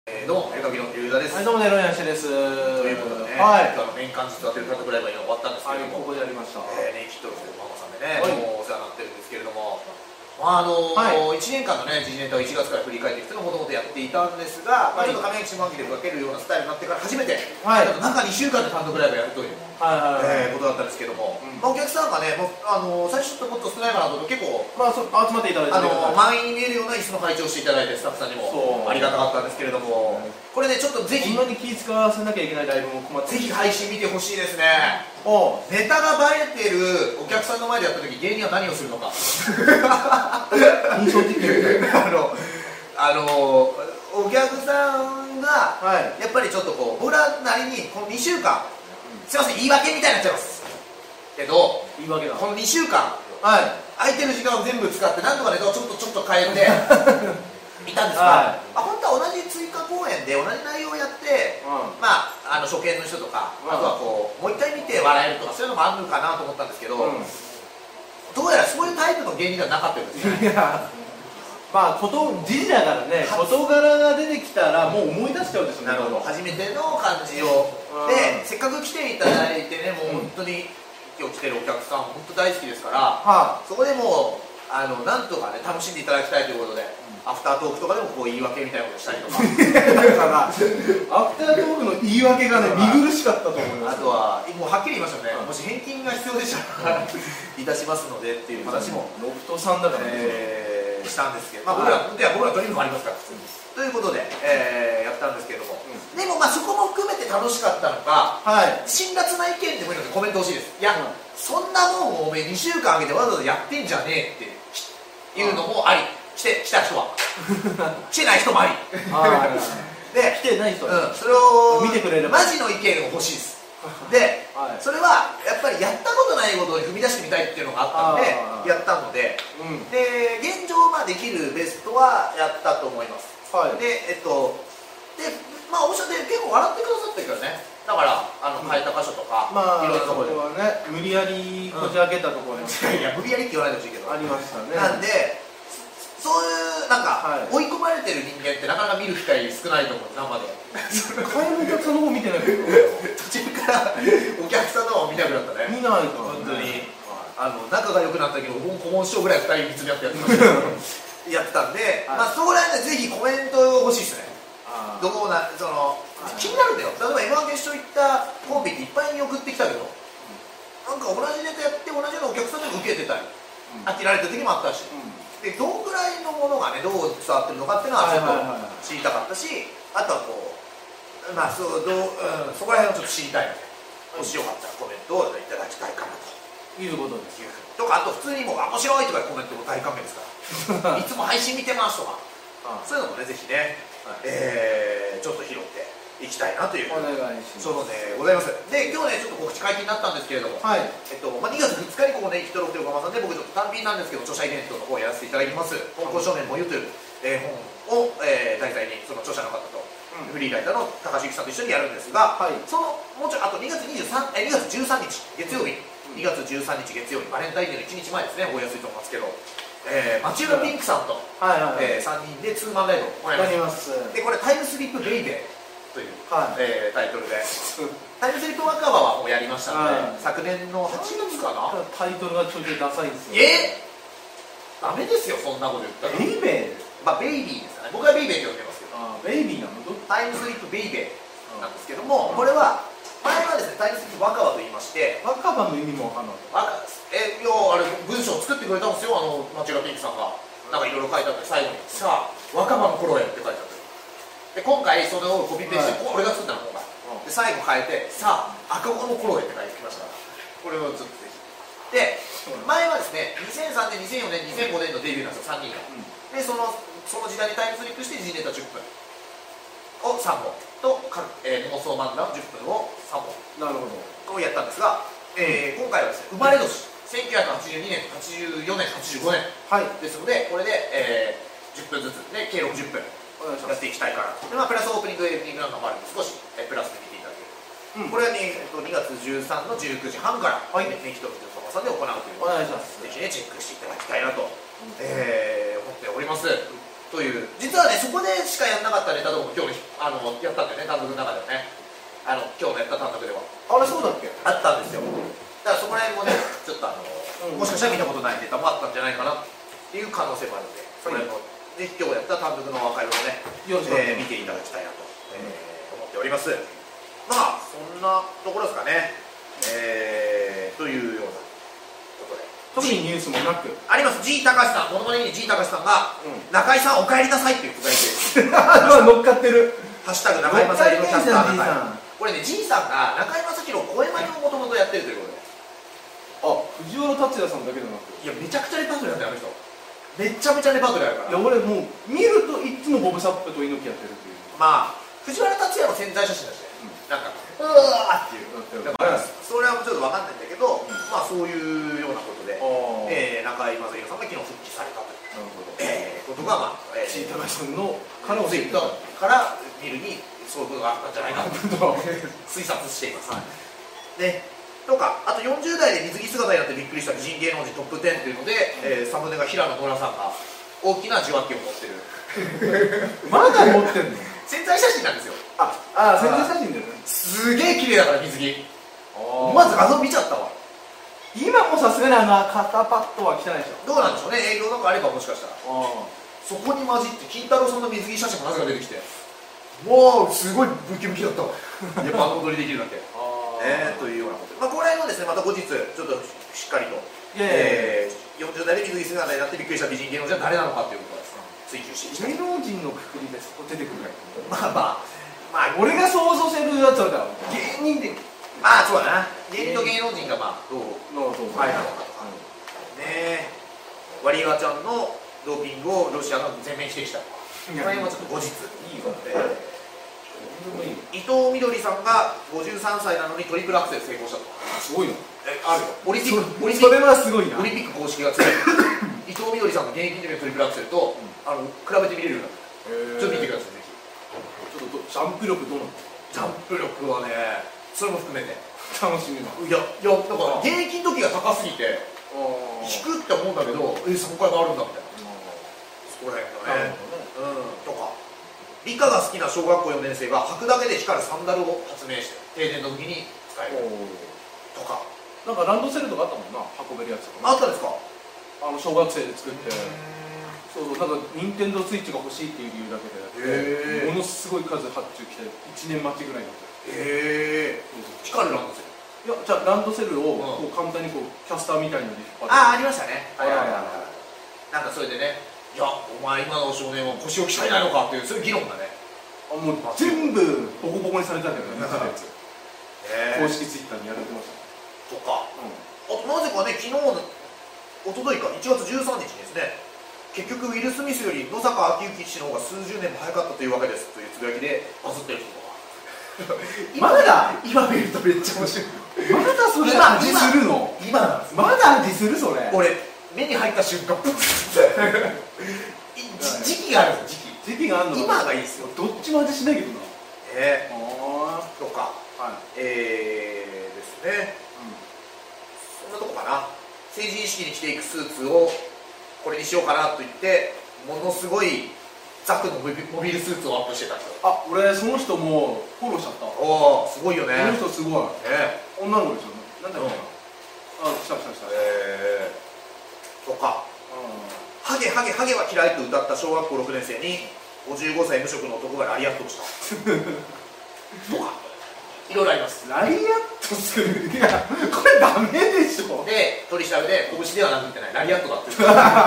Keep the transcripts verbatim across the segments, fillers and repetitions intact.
えー、どうも、絵描きのゆうだです。 はい、どうもね、ロイヤンシェです。ということでね、 はい、 あの年間実はという単独ライブが今終わったんですけれども、 はい、ここでやりました。 えー、ネイキッドロフというママさんでね、 はい、 もうお世話になってるんですけれども、まああのーはい、いちねんかんのね、時事ネタをいちがつから振り返っていくというのをもともとやっていたんですが、はい、まあ、ちょっと上半期で分けるようなスタイルになってから初めて、はい、中にしゅうかんで単独ライブやるという、はいはいはい、えー、ことだったんですけども、うん、まあ、お客さんがね、もうあのー、最初ちょっともっと少ないかなと思うと結構、まあ、そ集まっていただいて、あのー、満員に見えるような椅子の配置をしていただいて、スタッフさんにもありがたかったんですけれども、これね、ちょっとぜひ、 こんなに気使わせなきゃいけないライブも困って、 ぜひ配信見てほしいですね。おネタが映えてるお客さんの前でやった時、芸人は何をするのか印象的あのあのお客さんが、はい、やっぱりちょっとこう僕らなりにこのにしゅうかん、うん、すいません言い訳みたいになっちゃいますけど、 言い訳だ、 このにしゅうかん、はい、空いてる時間を全部使ってなんとかネタをちょっとちょっと変えていたんですが、はい、あ本当は同じ追加公演で同じ内容をやって、うん、まあ、あの初見の人とか、うん、あとはこうもう一回見て笑えるとかそういうのもあるのかなと思ったんですけど、うん、どうやらそういうタイプの芸人ではなかったようですね。いやまあこと時事だからね、事柄が出てきたらもう思い出しちゃうんですよね。 なるほど、初めての感じを、うん、でせっかく来ていただいてね、もう本当に今日来てるお客さん本当大好きですから、はあ、そこでもうあのなんとかね楽しんでいただきたいということで、アフタートークとかでもこう言い訳みたいなことしたりとかだからアフタートークの言い訳がね見苦しかったと思います。 あとはもうはっきり言いましたよね、もし返金が必要でしたらいたしますのでっていう話もロフトさんだからね、 えー、したんですけど、まあ僕らいや僕らドリームもありますから普通にということで、えー、やったんですけれども、うん、でもまあそこも含めて楽しかったのか、はい、辛辣な意見でもいいのでコメント欲しいです。いや、うん、そんなもんおめえにしゅうかんあげてわざわざやってんじゃねえっていうのもあり、来て来た人は来てない人もありで来てない人は、 うん、それを見てくれればマジの意見が欲しいですで、はい、それはやっぱりやったことないことに踏み出してみたいっていうのがあったのでやったので、うん、で現状まあできるベストはやったと思います、はい、でえっとでまあおっしゃって結構笑ってくださったけどね、だからあの変えた箇所とか、 まあいろいろなところでね、無理やりこじ開けたところに、 いや無理やりって言わないでほしいけどありましたね。 なんでそういうなんか、はい、追い込まれてる人間ってなかなか見る機会少ないと思う、生で。 一回もお客さんの方見てないけど途中からお客さんの方見なくなったね。 見ないから、 ね、本当に、はい、あの仲が良くなったけど顧問師匠ぐらいふたり見つめ合ってやってましたやってたんで、はい、まあそこら辺でぜひコメント欲しいですね。どうなその、はい、気になるんだよ。例えば エムワン 決勝行ったコンビっていっぱいに送ってきたけど、なんか同じネタやって同じようなお客さんでも受けてたり、うん、飽きられた時もあったし、うん、でどんぐらいのものがねどう伝わってるのかっていうのはちょっと知りたかったし、あとはこうまあそうどう、うん、そこら辺をちょっと知りたいので、もしよかったらコメントをいただきたいかなということです。 とか、あと普通にもう面白いとかコメントも大歓迎ですからいつも配信見てますとかそういうのもねぜひね、はい、えー、ちょっと拾っていきたいなというお願いします。 そうでございます。で今日ねちょっと告知解禁になったんですけれども、はい、えっとまあ、にがつふつかにここね生きとろくという岡間さんで僕ちょっと単品なんですけど著者イベントの方をやらせていただきます「香港少年もゆ」という、えー、本を、えー、題材にその著者の方と、うん、フリーライターの高橋由紀さんと一緒にやるんですが、はい、そのもうちょいあとにがつにじゅうさんえにがつじゅうさんにち月曜日、うん、にがつじゅうさんにち月曜日バレンタインデーのいちにちまえですね、覚えやすいと思いますけど、えー、町浦ピンクさんと、はいはいはい、えー、さんにんでツーマンライブを行います。でこれタイムスリップベイベーという、はい、えー、タイトルでタイムスリップ若葉はもうやりましたので、はい、昨年のはちがつかな。 タイトルがちょいちょいダサいですよ。 えー、ダメですよそんなこと言ったら。 ベイベー、 まあベイビーですかね、僕はベイベーって呼んでますけど、 あベイビーなのタイムスリップベイベーなんですけども、これは前はですねタイムスリップ若葉と言いまして、 若葉の意味も分かんない。 えー、いやあれ文章を作ってくれたんですよ、あの町浦ピンクさんが。なんかいろいろ書いてあって最後に「さあ若葉の頃へ」って書いてあって、で今回それをコピペして、はい、俺が作ったの今回、うん、で最後変えて「さあ赤子の頃へ」って書いてきましたから、これをずっとぜひで、うん、前はですねにせんさんねんにせんよねんにせんごねんのデビューなんですよさんにんが、うん、でそのその時代にタイムスリップして時事ネタじゅっぷんをさんぼんと、えー、妄想漫画じゅっぷんをさんぼんなるほどをやったんですが、えー、今回はですね生まれ年せんきゅうひゃくはちじゅうにねん、はちじゅうよねん、はちじゅうごねん、はい、ですのでこれで、えー、じゅっぷんずつで計ろくじゅっぷんやっていきたいからで、まあ、プラスオープニングエンディングなんかもあるんで少し、えー、プラスで見ていただける、うん、これは、ねえっと、にがつじゅうさんのじゅうくじはんから「はいねきとる」というパパさんで行うというお願いします。 ぜひねチェックしていただきたいなと、うん、えー、思っております。とという実はねそこでしかやんなかったネタとかも今日あのやったんだよね、単独の中ではね。あの今日のやった単独ではあれそうだっけ、 あったんですよ。だからそこら辺もねちょっとあの、うん、もしかしたら見たことないネタもあったんじゃないかなっていう可能性もあるので、それもぜひ今日やった単独のアーカイブをね、えー、見ていただきたいなと、えー、思っております。まあそんなところですかね、えー、というようなことで特にニュースもなくあります。 G 高橋さん、モノマネに G 高橋さんが、うん、中井さんお帰りなさいっていうつぶやいて乗っかってるハッシュタグ中井正宏キャスター中井、これね G さんが中井正宏声真似をもともとやってるということで、 あ、藤原竜也さんだけでなく、 いやめちゃくちゃレパートリーなんだよあの人、めちゃめちゃレパートリーあるから。いや俺もう見るといつもボブ・サップと猪木やってるっていう。 まあ藤原竜也の潜在写真だし、うん、なんかうわーっていうだからそれはちょっと分かんないんだけど、うん、まあそういうようなことで、えー、中井正宏さんが昨日復帰されたという、えー、ことがまあ G 高橋さんのからツイッターから見るにそういうことがあったんじゃないかと推察しています、はい、ね、とかあとよんじゅう代で水着姿になってびっくりした美人芸能人トップじゅうというので、うん、えー、サムネが平野ノラさんが大きな受話器を持ってるまだ持ってんの潜在写真なんですよ。 ああ、潜在写真だよね。 すげえ綺麗だから水着。まず画像見ちゃったわ。 今もさすがにあの肩パッドは汚いでしょ。 どうなんでしょうね、営業なんかあればもしかしたら。そこに混じって金太郎さんの水着写真もなぜか出てきて、もうすごいムキムキだったわ。やっぱあの踊りできるだけ。ね、というようなことで、まあこれもですねまた後日ちょっとしっかりと、えー、よんじゅう代で水着姿になってびっくりした美人芸能人は誰なのかということですね。追求して芸能人のくくりでそこ出てくるからまあまあまあ俺が想像してるやつはだ芸人で、 まあそうだな、芸人と芸能人がまあどうのあれなのかとか、ねえ、ワリエワちゃんのドーピングをロシアが全面否定した。この辺はちょっと後日いいわって伊藤みどりさんがごじゅうさんさいなのにトリプルアクセル成功したと。 すごいな。 え、あるよ。オリンピック、オリンピック、 それはすごいな。 オリンピック公式が強い伊藤みどりさんの現役の時のトリプルアクセルと、うん、あの比べてみれるようになった。ちょっと見てくださいぜひ。 ちょっとジャンプ力どうなの？ ジャンプ力はね、それも含めて楽しみな。 いやいや、だから現役の時が高すぎて引くって思うんだけど、え、そこからがあるんだみたいな。そこら辺だね。うん、とか。理科が好きな小学校よねん生が履くだけで光るサンダルを発明して停電の時に使えるとか。 なんかランドセルとかあったもんな、運べるやつとか。 あったんですか？ あの小学生で作って、そうそう、なんか任天堂スイッチが欲しいっていう理由だけでやって、ものすごい数発注来ていちねん待ちぐらいになってる。へえ。 光るランドセル。いや、じゃあランドセルをこう簡単にこうキャスターみたいなのに引っ張って。 ああ、ありましたね。はいはいはいはい。なんかそれでね、いや、お前今の少年は腰を鍛えないのかっていう、そういう議論がね、 あ、もう全部ボコボコにされたんだよね、やつ公式ツイッターにやられてましたとか、うん、あとなぜかね、昨日のおとといかいちがつじゅうさんにちにですね、結局ウィル・スミスより野坂昭如氏の方が数十年も早かったというわけですというつぶやきでバズってる人とかまだ今見るとめっちゃ面白い。 まだそれ味するの？ 今なんです。 まだ味するそれ。 俺目に入った瞬間プッ時期があるんですよ。時期時期があるの。 今がいいですよ。 どっちも味しないけどな。 ええー、とか、はい、えーですね、うん、そんなとこかな。成人式に着ていくスーツをこれにしようかなと言ってものすごいザクのモビルスーツをアップしてた人。 あ、俺その人もフォローしちゃった。 おお、すごいよね。 その人すごい、ね、女の子ですよね。なんだろうな、うん、あ、来た来た来た。えー、とか、うん、ハゲハゲハゲは嫌いと歌った小学校ろくねん生にごじゅうごさい無職の男がラリアットをしたとか、いろいろあります。 ラリアットする、いやこれダメでしょ。 で、取り調べで拳では殴ってない、ラリアットだって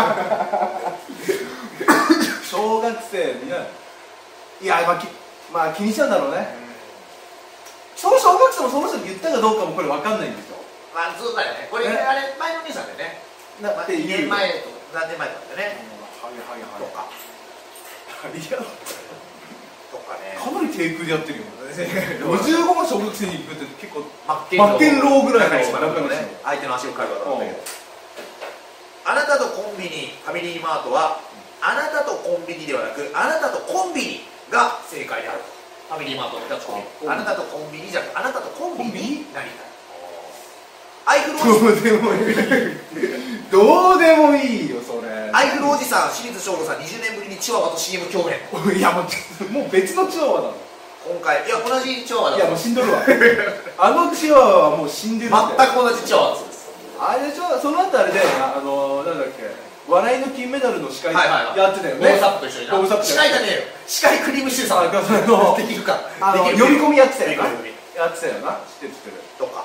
小学生にね、いや、まあ、きまあ気にしちゃうんだろうね。その小学生もその人に言ったかどうかもこれ分かんないんですよ。 まあそうだよね。これ、ね、あれ前の兄さんだよね。なってにねんまえとか何年前とかだよね。 はいはいはい。 とか。ラリアットとかね。 かなり低空でやってるよ。ごじゅうごが小学生に行くって結構真っ健老ぐらいの相手の足を刈るわけだけど。あなたとコンビニ、ファミリーマートはあなたとコンビニではなくあなたとコンビニが正解である。ファミリーマートってあなたとコンビニじゃなくてあなたとコンビニになりたい。 アイフルおじどうでもいいどうでもいいよそれ。 アイフルおじさん清水翔吾さんにじゅうねんぶりにチワワと シーエム 共演。 いやもうもう別のチワワだろ今回いや同じチワワだ。 いやもう死んどるわあのチワワはもう死んでるって全く同じチワワです。 あれでしょ、その後あれだよな、あのなんだっけ、笑いの金メダルの司会やってたよね。 ボブサップと一緒にな。 ボブサップ司会じゃねえよ、司会クリームシチューさんできるかできる呼び込みやってたよな、やってたよな、知ってる知ってるとか、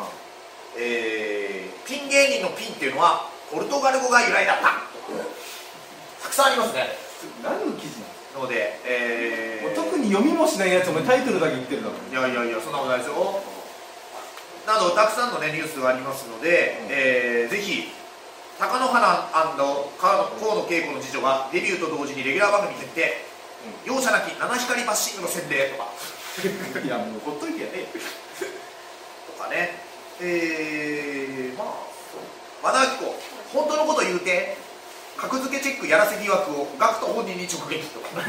えー、ピン芸人のピンっていうのはポルトガル語が由来だった。たくさんありますね。 何の記事なのので、えー、 特に読みもしないやつお前タイトルだけ言ってるだろ。 いやいやいや、そんなことないですよ。などたくさんの、ね、ニュースがありますので、うん、えー、ぜひ貴乃花&河野恵子の次女がデビューと同時にレギュラー番組決定、うん、容赦なき七光バッシングの洗礼とかいやもうほっといてやねとかね、えー、まあ和田アキ子本当のこと言うて格付けチェックやらせ疑惑をガクト本人に直撃とか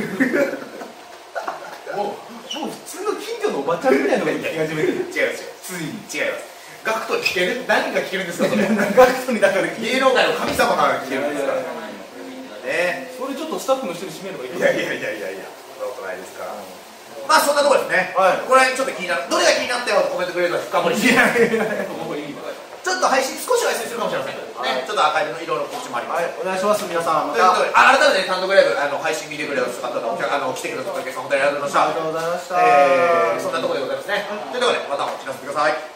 もう、もう普通の近所のおばちゃんみたいなのが聞き始めてる。違いますよ、ついに違います。ガクトに聞ける、何が聞けるんですかそれガクトにだから芸能界の神様が聞けるんですからね。 それちょっとスタッフの人に締めればいい。 いやいやいやいやいや、そんなことないですから。まあそんなところですね。ここら辺ちょっと気になる、どれが気になったよとコメントくれるのは深掘りして、ちょっと配信少しは配信するかもしれませんね。ちょっとアーカイブのいろいろ告知もあります。 お願いします皆さん。 ということで、改めて単独ライブあの配信見てくれる方のあの来てくださったお客さん本当にありがとうございました。 ありがとうございました。 えー、そんなところでございますね。ということでまたお聞きなさってください。